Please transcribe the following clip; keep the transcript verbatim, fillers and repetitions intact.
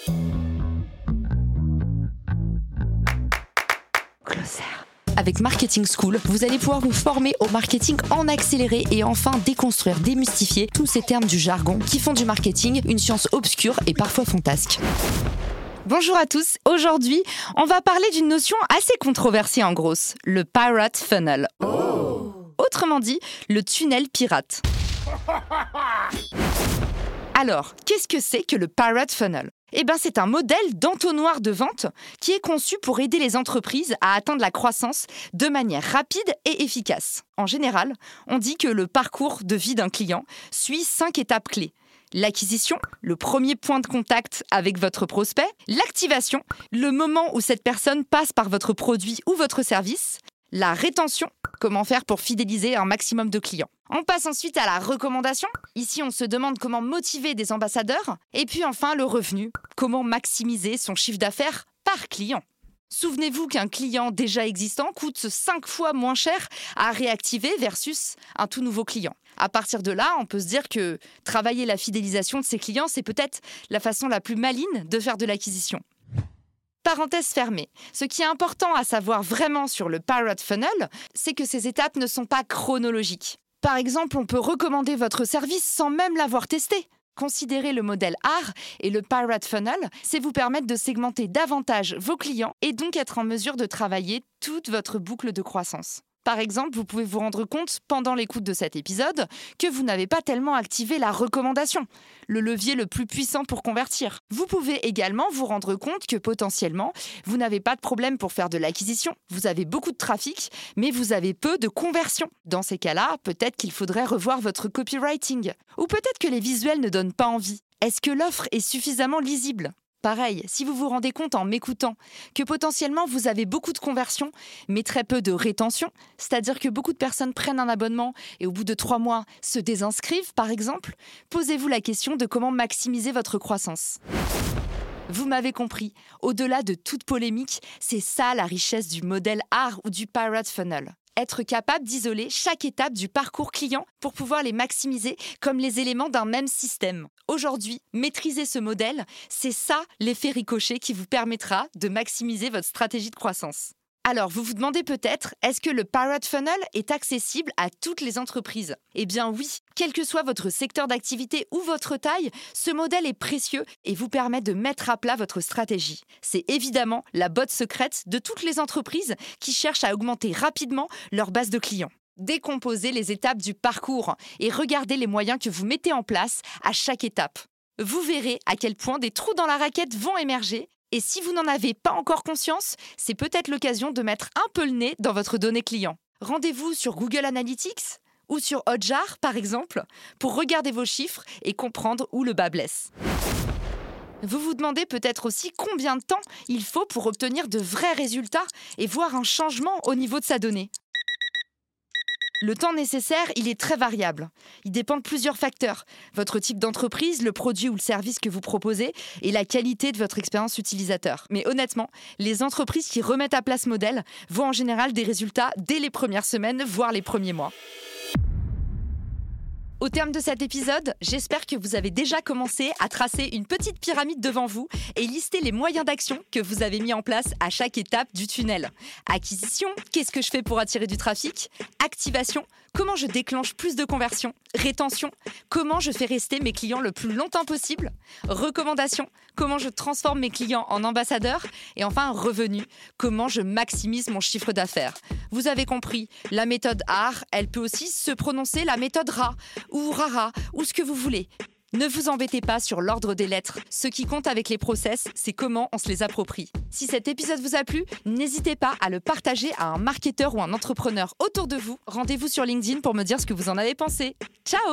Closer. Avec Marketing School, vous allez pouvoir vous former au marketing en accéléré et enfin déconstruire, démystifier tous ces termes du jargon qui font du marketing une science obscure et parfois fantasque. Bonjour à tous, aujourd'hui, on va parler d'une notion assez controversée en grosse, le pirate funnel. Oh. Autrement dit, le tunnel pirate. Alors, qu'est-ce que c'est que le pirate funnel ? Eh bien, c'est un modèle d'entonnoir de vente qui est conçu pour aider les entreprises à atteindre la croissance de manière rapide et efficace. En général, on dit que le parcours de vie d'un client suit cinq étapes clés. L'acquisition, le premier point de contact avec votre prospect. L'activation, le moment où cette personne passe par votre produit ou votre service. La rétention, comment faire pour fidéliser un maximum de clients. On passe ensuite à la recommandation. Ici, on se demande comment motiver des ambassadeurs. Et puis enfin, le revenu, comment maximiser son chiffre d'affaires par client. Souvenez-vous qu'un client déjà existant coûte cinq fois moins cher à réactiver versus un tout nouveau client. À partir de là, on peut se dire que travailler la fidélisation de ses clients, c'est peut-être la façon la plus maligne de faire de l'acquisition. Parenthèse fermée. Ce qui est important à savoir vraiment sur le pirate funnel, c'est que ces étapes ne sont pas chronologiques. Par exemple, on peut recommander votre service sans même l'avoir testé. Considérez le modèle A R et le pirate funnel, c'est vous permettre de segmenter davantage vos clients et donc être en mesure de travailler toute votre boucle de croissance. Par exemple, vous pouvez vous rendre compte pendant l'écoute de cet épisode que vous n'avez pas tellement activé la recommandation, le levier le plus puissant pour convertir. Vous pouvez également vous rendre compte que potentiellement, vous n'avez pas de problème pour faire de l'acquisition, vous avez beaucoup de trafic, mais vous avez peu de conversion. Dans ces cas-là, peut-être qu'il faudrait revoir votre copywriting. Ou peut-être que les visuels ne donnent pas envie. Est-ce que l'offre est suffisamment lisible ? Pareil, si vous vous rendez compte en m'écoutant que potentiellement vous avez beaucoup de conversions, mais très peu de rétention, c'est-à-dire que beaucoup de personnes prennent un abonnement et au bout de trois mois se désinscrivent, par exemple, posez-vous la question de comment maximiser votre croissance. Vous m'avez compris, au-delà de toute polémique, c'est ça la richesse du modèle A R ou du pirate funnel. Être capable d'isoler chaque étape du parcours client pour pouvoir les maximiser comme les éléments d'un même système. Aujourd'hui, maîtriser ce modèle, c'est ça l'effet ricochet qui vous permettra de maximiser votre stratégie de croissance. Alors, vous vous demandez peut-être, est-ce que le pirate funnel est accessible à toutes les entreprises ? Eh bien oui, quel que soit votre secteur d'activité ou votre taille, ce modèle est précieux et vous permet de mettre à plat votre stratégie. C'est évidemment la botte secrète de toutes les entreprises qui cherchent à augmenter rapidement leur base de clients. Décomposez les étapes du parcours et regardez les moyens que vous mettez en place à chaque étape. Vous verrez à quel point des trous dans la raquette vont émerger. Et si vous n'en avez pas encore conscience, c'est peut-être l'occasion de mettre un peu le nez dans votre donnée client. Rendez-vous sur Google Analytics ou sur Hotjar, par exemple, pour regarder vos chiffres et comprendre où le bas blesse. Vous vous demandez peut-être aussi combien de temps il faut pour obtenir de vrais résultats et voir un changement au niveau de sa donnée. Le temps nécessaire, il est très variable. Il dépend de plusieurs facteurs. Votre type d'entreprise, le produit ou le service que vous proposez et la qualité de votre expérience utilisateur. Mais honnêtement, les entreprises qui remettent à plat ce modèle voient en général des résultats dès les premières semaines, voire les premiers mois. Au terme de cet épisode, j'espère que vous avez déjà commencé à tracer une petite pyramide devant vous et lister les moyens d'action que vous avez mis en place à chaque étape du tunnel. Acquisition, qu'est-ce que je fais pour attirer du trafic ? Activation, comment je déclenche plus de conversions ? Rétention, comment je fais rester mes clients le plus longtemps possible ? Recommandation, comment je transforme mes clients en ambassadeurs ? Et enfin, revenu, comment je maximise mon chiffre d'affaires ? Vous avez compris, la méthode A R, elle peut aussi se prononcer la méthode R A ou RARA ou ce que vous voulez. Ne vous embêtez pas sur l'ordre des lettres. Ce qui compte avec les process, c'est comment on se les approprie. Si cet épisode vous a plu, n'hésitez pas à le partager à un marketeur ou un entrepreneur autour de vous. Rendez-vous sur LinkedIn pour me dire ce que vous en avez pensé. Ciao !